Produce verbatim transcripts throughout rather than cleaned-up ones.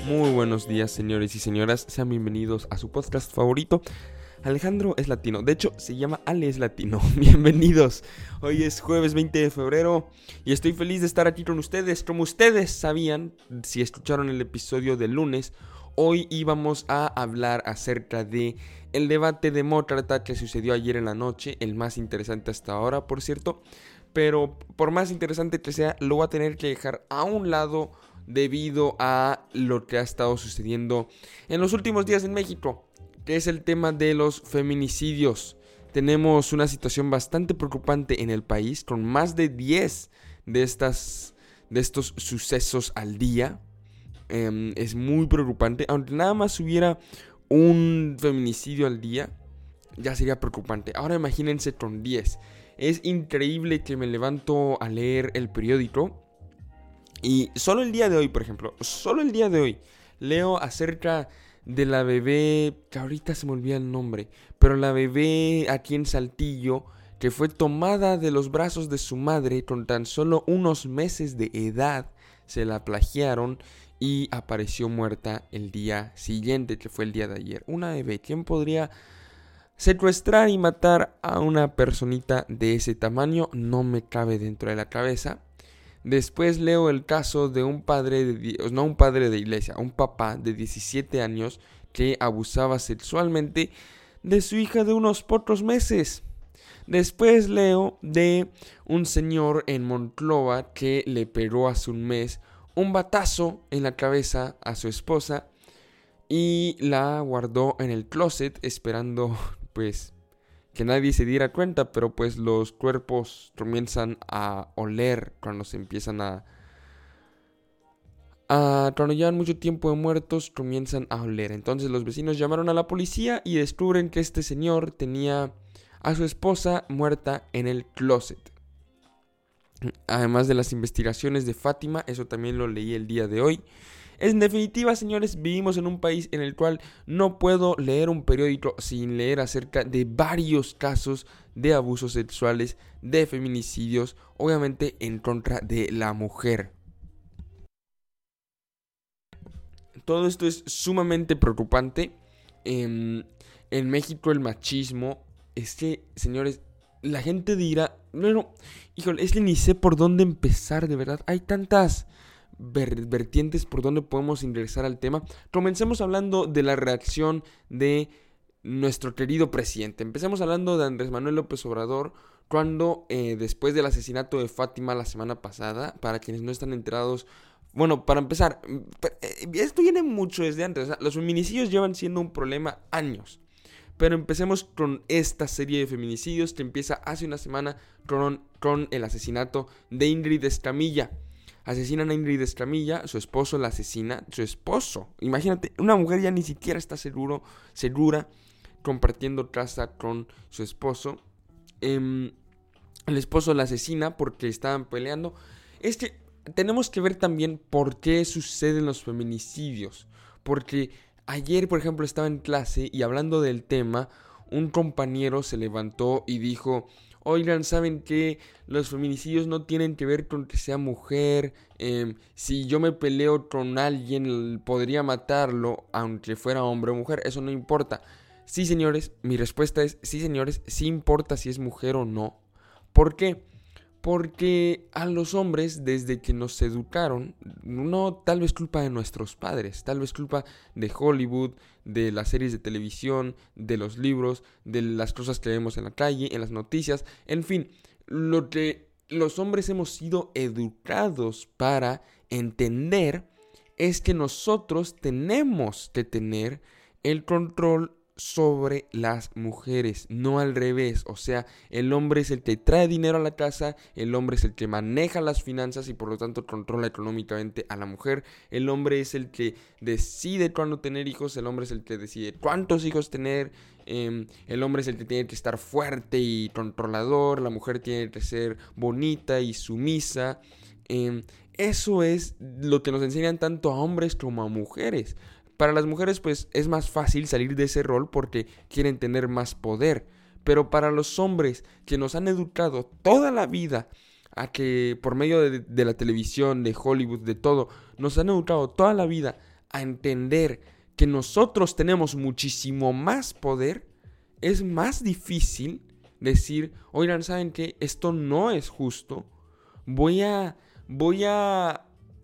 Muy buenos días, señores y señoras, sean bienvenidos a su podcast favorito. Alejandro es latino, de hecho se llama Ale es latino. Bienvenidos, hoy es jueves veinte de febrero y estoy feliz de estar aquí con ustedes. Como ustedes sabían, si escucharon el episodio del lunes, hoy íbamos a hablar acerca de el debate demócrata que sucedió ayer en la noche, el más interesante hasta ahora, por cierto. Pero por más interesante que sea, lo voy a tener que dejar a un lado debido a lo que ha estado sucediendo en los últimos días en México, que es el tema de los feminicidios. Tenemos una situación bastante preocupante en el país, con más de diez de, estas, de estos sucesos al día. Eh, es muy preocupante, aunque nada más hubiera un feminicidio al día, ya sería preocupante. Ahora imagínense con diez. Es increíble que me levanto a leer el periódico y solo el día de hoy, por ejemplo, solo el día de hoy leo acerca de la bebé, que ahorita se me olvida el nombre, pero la bebé aquí en Saltillo, que fue tomada de los brazos de su madre con tan solo unos meses de edad, se la plagiaron y apareció muerta el día siguiente, que fue el día de ayer. Una bebé, ¿quién podría secuestrar y matar a una personita de ese tamaño? No me cabe dentro de la cabeza. Después leo el caso de un padre, de, no un padre de iglesia, un papá de diecisiete años que abusaba sexualmente de su hija de unos pocos meses. Después leo de un señor en Monclova que le pegó hace un mes un batazo en la cabeza a su esposa y la guardó en el closet esperando pues que nadie se diera cuenta, pero pues los cuerpos comienzan a oler cuando se empiezan a... a cuando llevan mucho tiempo de muertos, comienzan a oler. Entonces los vecinos llamaron a la policía y descubren que este señor tenía a su esposa muerta en el closet. Además de las investigaciones de Fátima, eso también lo leí el día de hoy. En definitiva, señores, vivimos en un país en el cual no puedo leer un periódico sin leer acerca de varios casos de abusos sexuales, de feminicidios, obviamente en contra de la mujer. Todo esto es sumamente preocupante. En, en México el machismo, es que, señores, la gente dirá, no, no, híjole, es que ni sé por dónde empezar, de verdad, hay tantas vertientes por donde podemos ingresar al tema. Comencemos hablando de la reacción de nuestro querido presidente. Empecemos hablando de Andrés Manuel López Obrador cuando eh, después del asesinato de Fátima la semana pasada, para quienes no están enterados, bueno, para empezar, esto viene mucho desde antes, o sea, los feminicidios llevan siendo un problema años. Pero empecemos con esta serie de feminicidios que empieza hace una semana con, con el asesinato de Ingrid Escamilla. Asesinan a Ingrid Escamilla, su esposo la asesina, su esposo, imagínate, una mujer ya ni siquiera está seguro, segura compartiendo casa con su esposo. Eh, el esposo la asesina porque estaban peleando. Es que tenemos que ver también por qué suceden los feminicidios, porque ayer, por ejemplo, estaba en clase y hablando del tema, un compañero se levantó y dijo: oigan, ¿saben qué? Los feminicidios no tienen que ver con que sea mujer. Eh, si yo me peleo con alguien, podría matarlo, aunque fuera hombre o mujer. Eso no importa. Sí, señores, mi respuesta es sí, señores, sí importa si es mujer o no. ¿Por qué? Porque a los hombres, desde que nos educaron, no tal vez culpa de nuestros padres, tal vez culpa de Hollywood, de las series de televisión, de los libros, de las cosas que vemos en la calle, en las noticias, en fin, lo que los hombres hemos sido educados para entender es que nosotros tenemos que tener el control sobre las mujeres, no al revés. O sea, el hombre es el que trae dinero a la casa, el hombre es el que maneja las finanzas y por lo tanto controla económicamente a la mujer. El hombre es el que decide cuándo tener hijos, el hombre es el que decide cuántos hijos tener, eh, el hombre es el que tiene que estar fuerte y controlador, la mujer tiene que ser bonita y sumisa. Eh, eso es lo que nos enseñan tanto a hombres como a mujeres. Para las mujeres pues es más fácil salir de ese rol porque quieren tener más poder. Pero para los hombres que nos han educado toda la vida a que por medio de, de la televisión, de Hollywood, de todo, nos han educado toda la vida a entender que nosotros tenemos muchísimo más poder, es más difícil decir, oigan, ¿saben qué? Esto no es justo. Voy a, voy a,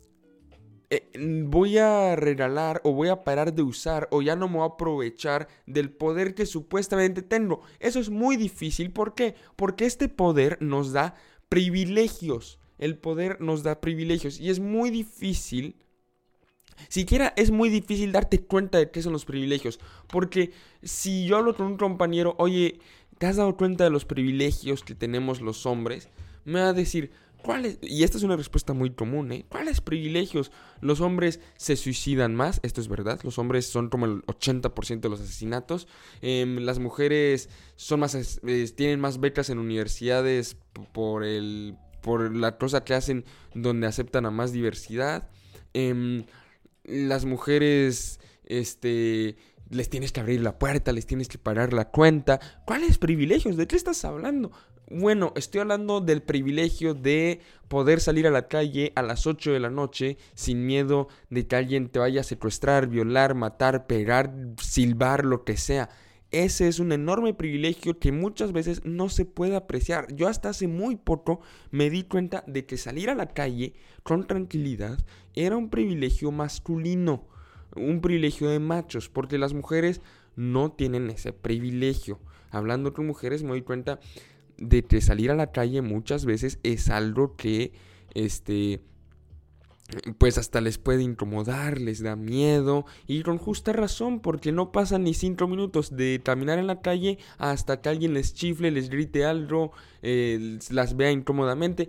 eh, voy a regalar o voy a parar de usar o ya no me voy a aprovechar del poder que supuestamente tengo. Eso es muy difícil. ¿Por qué? Porque este poder nos da privilegios. El poder nos da privilegios y es muy difícil. Siquiera es muy difícil darte cuenta de qué son los privilegios. Porque si yo hablo con un compañero, oye, ¿te has dado cuenta de los privilegios que tenemos los hombres? Me va a decir, ¿cuáles? Y esta es una respuesta muy común, ¿eh? ¿Cuáles privilegios? Los hombres se suicidan más, esto es verdad. Los hombres son como el ochenta por ciento de los asesinatos. Eh, las mujeres son más, eh, tienen más becas en universidades por, el, por la cosa que hacen donde aceptan a más diversidad. Eh, Las mujeres, este, les tienes que abrir la puerta, les tienes que pagar la cuenta. ¿Cuáles privilegios? ¿De qué estás hablando? Bueno, estoy hablando del privilegio de poder salir a la calle a las ocho de la noche sin miedo de que alguien te vaya a secuestrar, violar, matar, pegar, silbar, lo que sea. Ese es un enorme privilegio que muchas veces no se puede apreciar. Yo hasta hace muy poco me di cuenta de que salir a la calle con tranquilidad era un privilegio masculino, un privilegio de machos, porque las mujeres no tienen ese privilegio. Hablando con mujeres me doy cuenta de que salir a la calle muchas veces es algo que, este... pues hasta les puede incomodar, les da miedo, y con justa razón, porque no pasan ni cinco minutos de caminar en la calle hasta que alguien les chifle, les grite algo, eh, las vea incómodamente.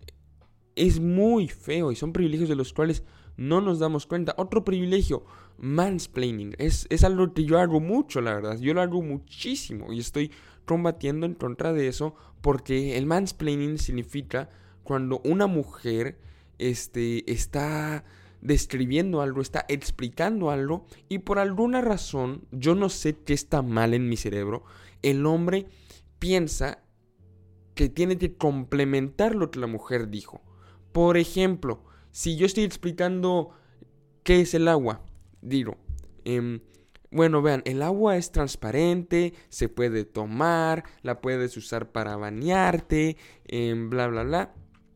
Es muy feo y son privilegios de los cuales no nos damos cuenta. Otro privilegio, mansplaining, es, es algo que yo hago mucho, la verdad, yo lo hago muchísimo y estoy combatiendo en contra de eso, porque el mansplaining significa cuando una mujer Este, está describiendo algo, está explicando algo y por alguna razón, yo no sé qué está mal en mi cerebro, el hombre piensa que tiene que complementar lo que la mujer dijo. Por ejemplo, si yo estoy explicando qué es el agua, digo, eh, bueno, vean, el agua es transparente, se puede tomar, la puedes usar para bañarte, eh, bla, bla, bla.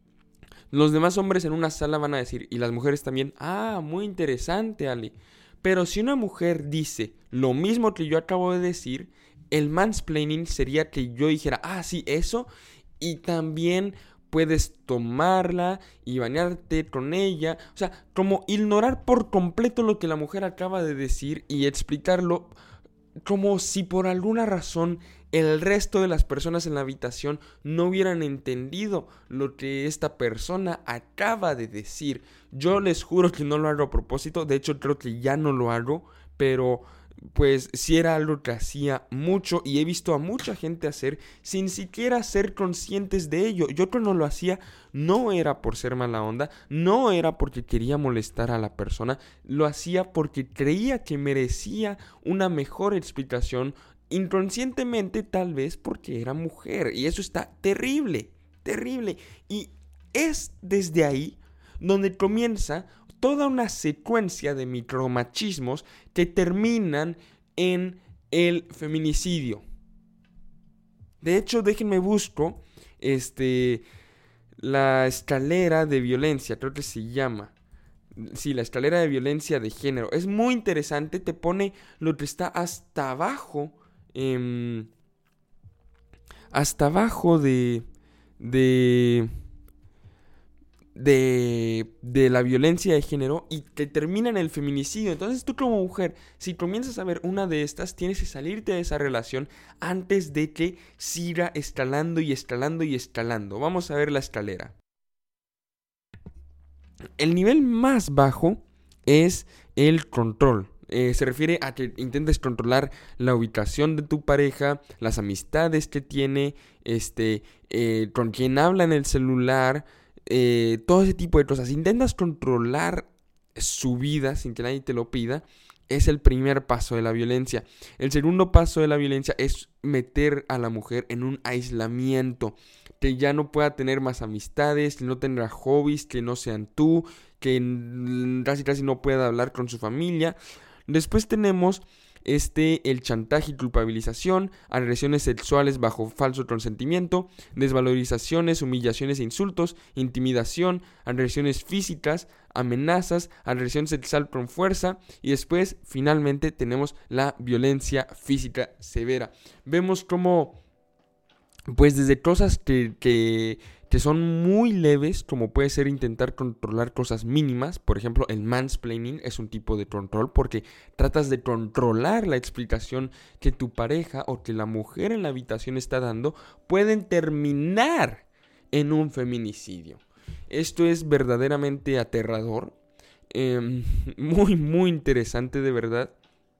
Los demás hombres en una sala van a decir, y las mujeres también, ah, muy interesante, Ale. Pero si una mujer dice lo mismo que yo acabo de decir, el mansplaining sería que yo dijera, ah, sí, eso, y también puedes tomarla y bañarte con ella. O sea, como ignorar por completo lo que la mujer acaba de decir y explicarlo como si por alguna razón el resto de las personas en la habitación no hubieran entendido lo que esta persona acaba de decir. Yo les juro que no lo hago a propósito, de hecho creo que ya no lo hago, pero pues sí era algo que hacía mucho y he visto a mucha gente hacer sin siquiera ser conscientes de ello. Yo cuando lo hacía no era por ser mala onda, no era porque quería molestar a la persona, lo hacía porque creía que merecía una mejor explicación, inconscientemente tal vez porque era mujer, y eso está terrible, terrible. Y es desde ahí donde comienza toda una secuencia de micromachismos que terminan en el feminicidio. De hecho, déjenme busco este, la escalera de violencia, creo que se llama. Sí, la escalera de violencia de género. Es muy interesante, te pone lo que está hasta abajo, eh, hasta abajo de... de De, de la violencia de género y que termina en el feminicidio. Entonces tú como mujer, si comienzas a ver una de estas, tienes que salirte de esa relación antes de que siga escalando y escalando y escalando. Vamos a ver la escalera. El nivel más bajo es el control. Eh, se refiere a que intentes controlar la ubicación de tu pareja, las amistades que tiene, este, eh, con quién habla en el celular, Eh, todo ese tipo de cosas. Intentas controlar su vida sin que nadie te lo pida. Es el primer paso de la violencia. El segundo paso de la violencia es meter a la mujer en un aislamiento. que ya no pueda tener más amistades, que no tenga hobbies, que no sean tú, que casi casi no pueda hablar con su familia. Después tenemos este, el chantaje y culpabilización, agresiones sexuales bajo falso consentimiento, desvalorizaciones, humillaciones e insultos, intimidación, agresiones físicas, amenazas, agresión sexual con fuerza y después finalmente tenemos la violencia física severa. Vemos cómo pues desde cosas que, que, que son muy leves, como puede ser intentar controlar cosas mínimas. Por ejemplo, el mansplaining es un tipo de control porque tratas de controlar la explicación que tu pareja o que la mujer en la habitación está dando, pueden terminar en un feminicidio. Esto es verdaderamente aterrador, eh, muy muy interesante de verdad.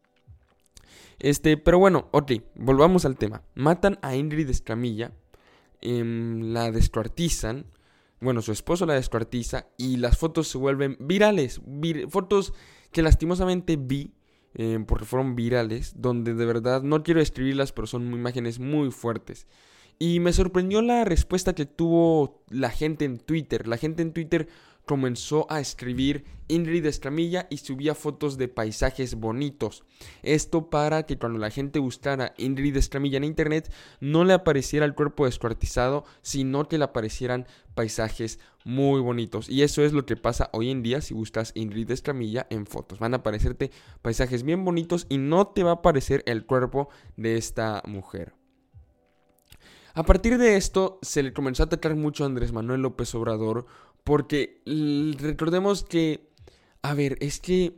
Este, pero bueno, ok, volvamos al tema. Matan a Ingrid Escamilla, eh, la descuartizan, bueno, su esposo la descuartiza y las fotos se vuelven virales, vir- fotos que lastimosamente vi, eh, porque fueron virales, donde de verdad no quiero describirlas, pero son imágenes muy fuertes. Y me sorprendió la respuesta que tuvo la gente en Twitter. La gente en Twitter comenzó a escribir Ingrid Escamilla y subía fotos de paisajes bonitos. Esto para que cuando la gente buscara Ingrid Escamilla en internet no le apareciera el cuerpo descuartizado, sino que le aparecieran paisajes muy bonitos. Y eso es lo que pasa hoy en día si buscas Ingrid Escamilla en fotos. Van a aparecerte paisajes bien bonitos y no te va a aparecer el cuerpo de esta mujer. A partir de esto se le comenzó a atacar mucho a Andrés Manuel López Obrador porque l- recordemos que, a ver, es que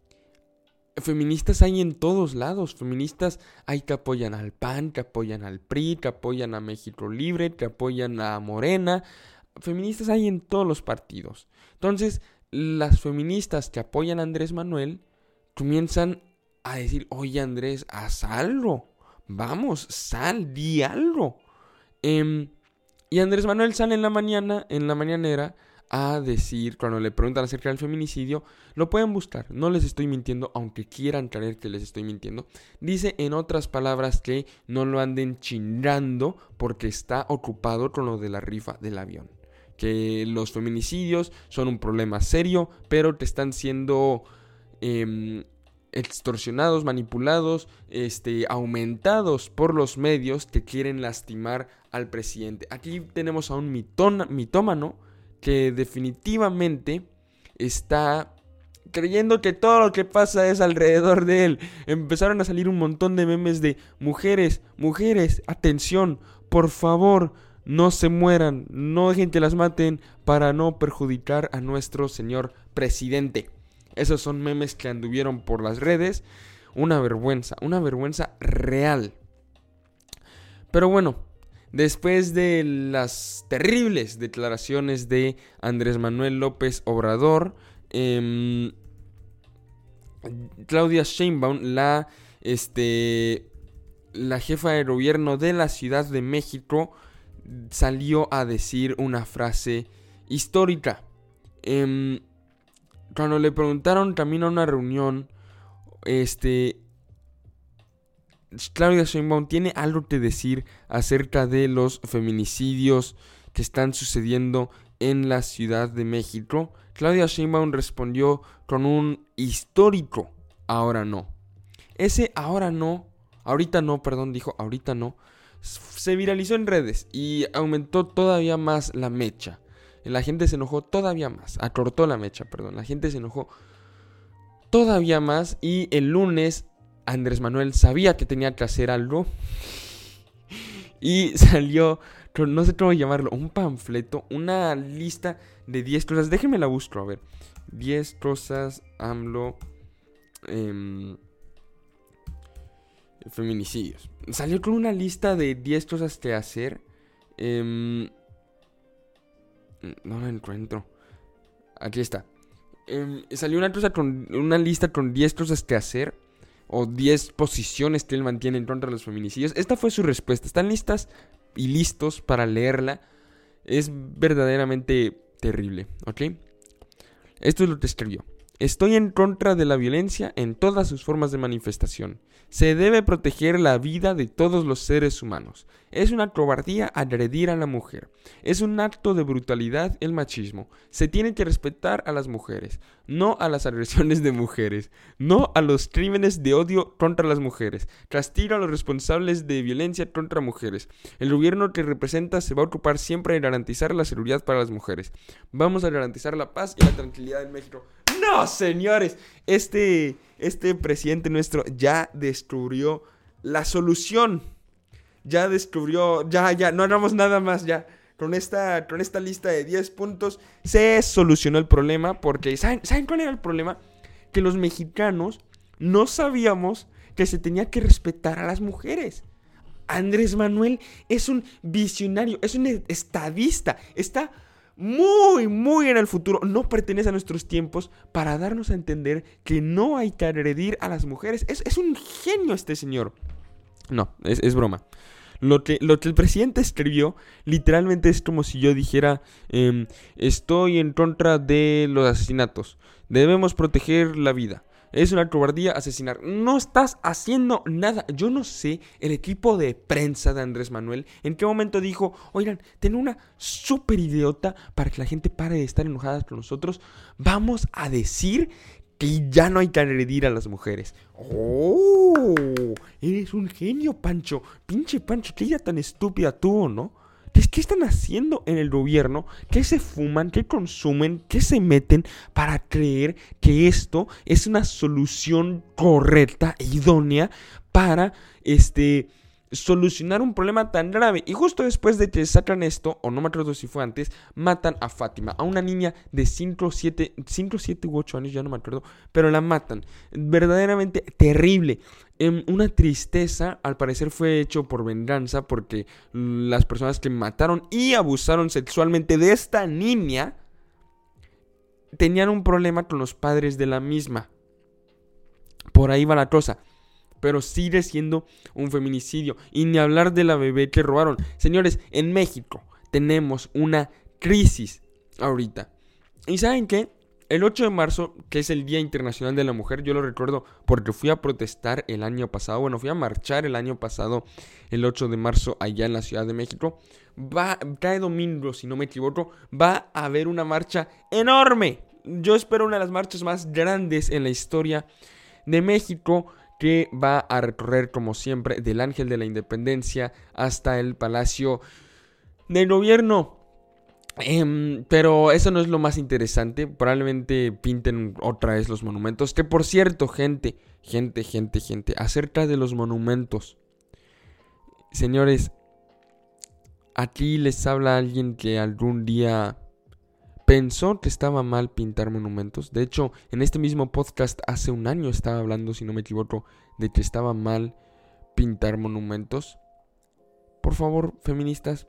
feministas hay en todos lados. Feministas hay que apoyan al P A N, que apoyan al P R I, que apoyan a México Libre, que apoyan a Morena. Feministas hay en todos los partidos. Entonces, las feministas que apoyan a Andrés Manuel comienzan a decir, oye Andrés, haz algo. Vamos, sal, di algo. Eh, y Andrés Manuel sale en la mañana, en la mañanera, a decir, cuando le preguntan acerca del feminicidio, lo pueden buscar, no les estoy mintiendo, aunque quieran creer que les estoy mintiendo. Dice en otras palabras que no lo anden chingando porque está ocupado con lo de la rifa del avión. Que los feminicidios son un problema serio, pero que están siendo Eh, extorsionados, manipulados, este, aumentados por los medios que quieren lastimar al presidente. Aquí tenemos a un mitón, mitómano que definitivamente está creyendo que todo lo que pasa es alrededor de él. Empezaron a salir un montón de memes de mujeres, mujeres, atención, por favor, no se mueran, no dejen que las maten para no perjudicar a nuestro señor presidente. Esos son memes que anduvieron por las redes. Una vergüenza, una vergüenza real. Pero bueno, después de las terribles declaraciones de Andrés Manuel López Obrador, eh, Claudia Sheinbaum, la, este, la jefa de gobierno de la Ciudad de México, salió a decir una frase histórica. Eh, Cuando le preguntaron camino a una reunión, este, Claudia Sheinbaum tiene algo que decir acerca de los feminicidios que están sucediendo en la Ciudad de México. Claudia Sheinbaum respondió con un histórico ahora no. Ese ahora no, ahorita no, perdón, dijo ahorita no, se viralizó en redes y aumentó todavía más la mecha. La gente se enojó todavía más, acortó la mecha, perdón, la gente se enojó todavía más y el lunes Andrés Manuel sabía que tenía que hacer algo y salió, no sé cómo llamarlo, un panfleto, una lista de diez cosas, déjenme la busco, a ver, diez cosas AMLO, eh, feminicidios, salió con una lista de diez cosas que hacer, eh, no la encuentro. Aquí está. Eh, salió una cosa con una lista con diez cosas que hacer o diez posiciones que él mantiene en contra de los feminicidios. Esta fue su respuesta. Están listas y listos para leerla. Es verdaderamente terrible, ¿ok? Esto es lo que escribió. Estoy en contra de la violencia en todas sus formas de manifestación. Se debe proteger la vida de todos los seres humanos. Es una cobardía agredir a la mujer. Es un acto de brutalidad el machismo. Se tiene que respetar a las mujeres, no a las agresiones de mujeres, no a los crímenes de odio contra las mujeres. Castiga a los responsables de violencia contra mujeres. El gobierno que representa se va a ocupar siempre de garantizar la seguridad para las mujeres. Vamos a garantizar la paz y la tranquilidad en México. No, señores, este, este presidente nuestro ya descubrió la solución. Ya descubrió, ya, ya, no hagamos nada más, ya. Con esta, con esta lista de diez puntos se solucionó el problema porque, ¿saben, ¿saben cuál era el problema? Que los mexicanos no sabíamos que se tenía que respetar a las mujeres. Andrés Manuel es un visionario, es un estadista, está muy, muy en el futuro, no pertenece a nuestros tiempos para darnos a entender que no hay que agredir a las mujeres. Es, es un genio este señor. No, es, es broma. Lo que, lo que el presidente escribió literalmente es como si yo dijera, eh, estoy en contra de los asesinatos, debemos proteger la vida. Es una cobardía asesinar. No estás haciendo nada. Yo no sé el equipo de prensa de Andrés Manuel en qué momento dijo, oigan, tengo una súper idiota para que la gente pare de estar enojada con nosotros. Vamos a decir que ya no hay que agredir a las mujeres. ¡Oh! Eres un genio, Pancho. Pinche Pancho, qué idea tan estúpida tuvo, ¿no? ¿Qué, ¿Qué están haciendo en el gobierno? ¿Qué se fuman? ¿Qué consumen? ¿Qué se meten para creer que esto es una solución correcta e idónea para este solucionar un problema tan grave? Y justo después de que sacan esto, o no me acuerdo si fue antes, matan a Fátima, a una niña de cinco, siete u ocho años, ya no me acuerdo, pero la matan. Verdaderamente terrible. Eh, una tristeza, al parecer fue hecho por venganza, porque las personas que mataron y abusaron sexualmente de esta niña tenían un problema con los padres de la misma. Por ahí va la cosa. Pero sigue siendo un feminicidio. Y ni hablar de la bebé que robaron. Señores, en México tenemos una crisis ahorita. ¿Y saben qué? El ocho de marzo, que es el Día Internacional de la Mujer, yo lo recuerdo porque fui a protestar el año pasado. Bueno, fui a marchar el año pasado, el ocho de marzo, allá en la Ciudad de México. Va, cae domingo, si no me equivoco, va a haber una marcha enorme. Yo espero una de las marchas más grandes en la historia de México, que va a recorrer, como siempre, del Ángel de la Independencia hasta el Palacio del Gobierno. Eh, pero eso no es lo más interesante. Probablemente pinten otra vez los monumentos. Que por cierto, gente, gente, gente, gente, acerca de los monumentos. Señores, aquí les habla alguien que algún día pensó que estaba mal pintar monumentos. De hecho, en este mismo podcast hace un año estaba hablando, si no me equivoco, de que estaba mal pintar monumentos. Por favor, feministas,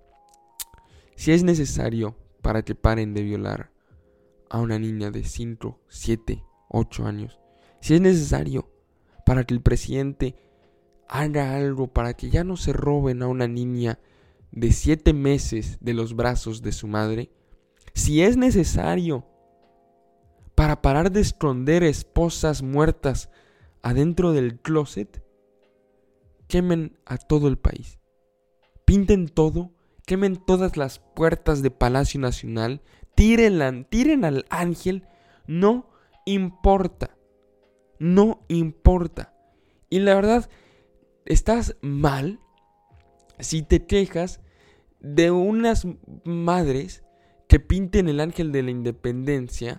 si es necesario para que paren de violar a una niña de cinco, siete, ocho años, si es necesario para que el presidente haga algo para que ya no se roben a una niña de siete meses de los brazos de su madre, si es necesario para parar de esconder esposas muertas adentro del closet, quemen a todo el país. Pinten todo, quemen todas las puertas de Palacio Nacional, tírenla, tiren al ángel, no importa, no importa. Y la verdad, estás mal si te quejas de unas madres que pinten el Ángel de la Independencia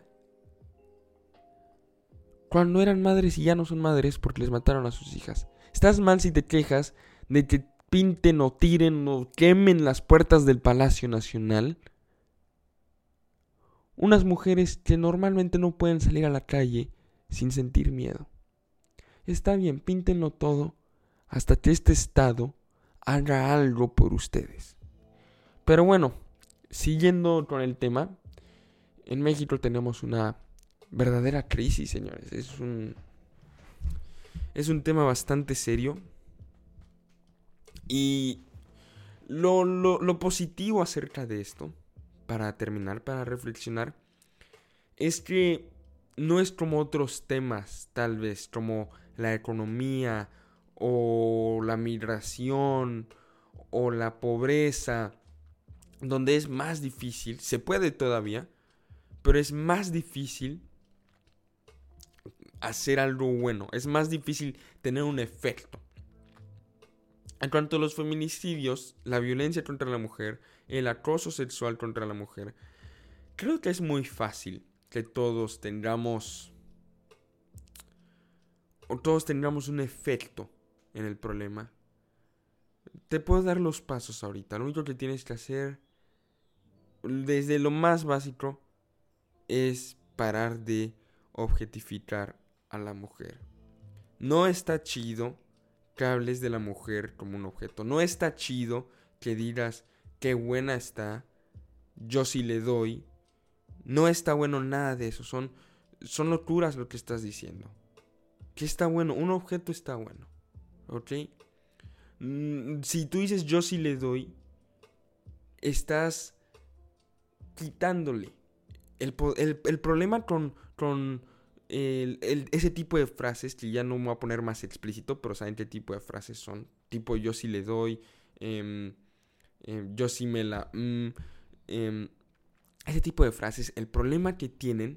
cuando eran madres y ya no son madres porque les mataron a sus hijas. Estás mal si te quejas de que pinten o tiren o quemen las puertas del Palacio Nacional unas mujeres que normalmente no pueden salir a la calle sin sentir miedo. Está bien, píntenlo todo hasta que este Estado haga algo por ustedes. Pero bueno, siguiendo con el tema, en México tenemos una verdadera crisis, señores. Es un, es un tema bastante serio. Y lo, lo, lo positivo acerca de esto, para terminar, para reflexionar, es que no es como otros temas, tal vez, como la economía o la migración o la pobreza, donde es más difícil, se puede todavía, pero es más difícil hacer algo bueno, es más difícil tener un efecto. En cuanto a los feminicidios, la violencia contra la mujer, el acoso sexual contra la mujer, creo que es muy fácil que todos tengamos o todos tengamos un efecto en el problema. Te puedo dar los pasos ahorita. Lo único que tienes que hacer, desde lo más básico, es parar de objetificar a la mujer. No está chido que hables de la mujer como un objeto. No está chido que digas qué buena está, yo sí le doy. No está bueno nada de eso. Son, son locuras lo que estás diciendo. ¿Qué está bueno? Un objeto está bueno. ¿Ok? Mm, si tú dices yo sí le doy, estás quitándole. El, el, el problema con, con el, el, ese tipo de frases, que ya no me voy a poner más explícito, pero saben qué tipo de frases son. Tipo yo sí le doy, eh, eh, yo sí me la... Mm, eh, ese tipo de frases, el problema que tienen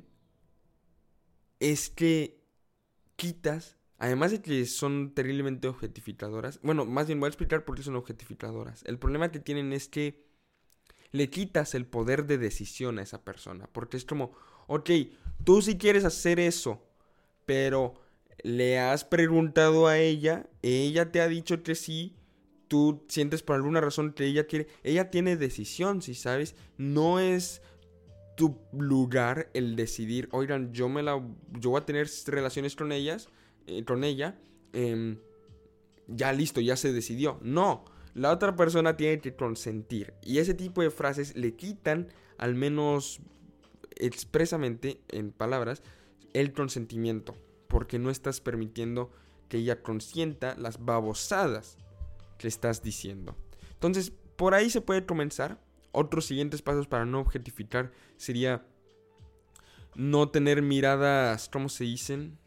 es que quitas, además de que son terriblemente objetificadoras, bueno, más bien voy a explicar por qué son objetificadoras. El problema que tienen es que le quitas el poder de decisión a esa persona, porque es como, ok, tú sí quieres hacer eso, pero le has preguntado a ella, ella te ha dicho que sí, tú sientes por alguna razón que ella quiere, ella tiene decisión, si sabes, no es tu lugar el decidir, oigan, yo me la, yo voy a tener relaciones con ellas, eh, con ella, eh, ya listo, ya se decidió. No, la otra persona tiene que consentir. Y ese tipo de frases le quitan, al menos expresamente en palabras, el consentimiento, porque no estás permitiendo que ella consienta las babosadas que estás diciendo. Entonces, por ahí se puede comenzar. Otros siguientes pasos para no objetificar sería no tener miradas, ¿cómo se dicen?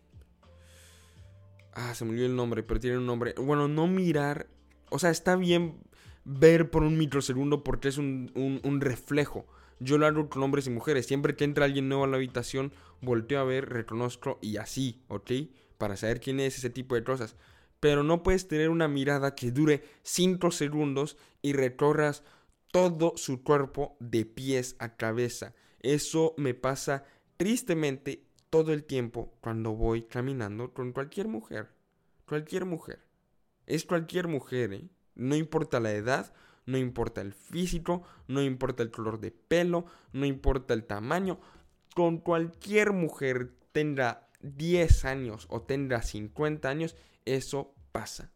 Ah, se me olvidó el nombre, pero tiene un nombre. Bueno, no mirar. O sea, está bien ver por un microsegundo porque es un, un, un reflejo. Yo lo hago con hombres y mujeres. Siempre que entra alguien nuevo a la habitación, volteo a ver, reconozco y así, ¿ok? Para saber quién es, ese tipo de cosas. Pero no puedes tener una mirada que dure cinco segundos y recorras todo su cuerpo de pies a cabeza. Eso me pasa tristemente todo el tiempo cuando voy caminando con cualquier mujer. Cualquier mujer. Es cualquier mujer, ¿eh? No importa la edad, no importa el físico, no importa el color de pelo, no importa el tamaño. Con cualquier mujer, tenga diez años o tenga cincuenta años, eso pasa.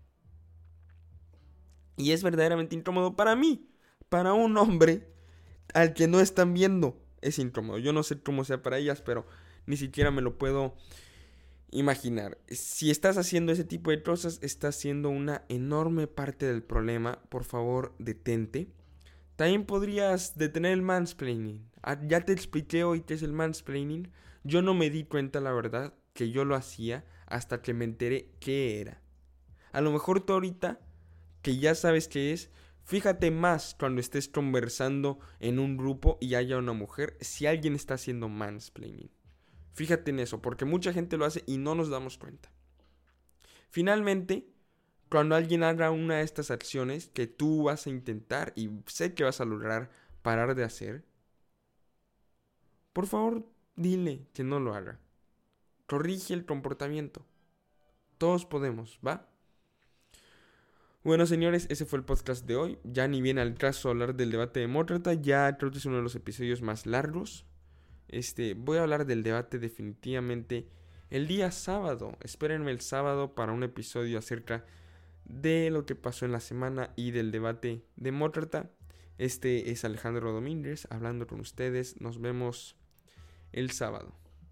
Y es verdaderamente incómodo para mí. Para un hombre al que no están viendo, es incómodo. Yo no sé cómo sea para ellas, pero ni siquiera me lo puedo imaginar. Si estás haciendo ese tipo de cosas, estás siendo una enorme parte del problema. Por favor, detente. También podrías detener el mansplaining. Ya te expliqué hoy qué es el mansplaining. Yo no me di cuenta, la verdad, que yo lo hacía hasta que me enteré qué era. A lo mejor tú ahorita, que ya sabes qué es, fíjate más cuando estés conversando en un grupo y haya una mujer, si alguien está haciendo mansplaining. Fíjate en eso, porque mucha gente lo hace y no nos damos cuenta. Finalmente, cuando alguien haga una de estas acciones que tú vas a intentar y sé que vas a lograr parar de hacer, por favor, dile que no lo haga. Corrige el comportamiento. Todos podemos, ¿va? Bueno, señores, ese fue el podcast de hoy. Ya ni viene al caso hablar del debate de Mótrata. Ya creo que es uno de los episodios más largos. Este, voy a hablar del debate definitivamente el día sábado. Espérenme el sábado para un episodio acerca de lo que pasó en la semana y del debate de Mótrata. Este es Alejandro Domínguez hablando con ustedes. Nos vemos el sábado.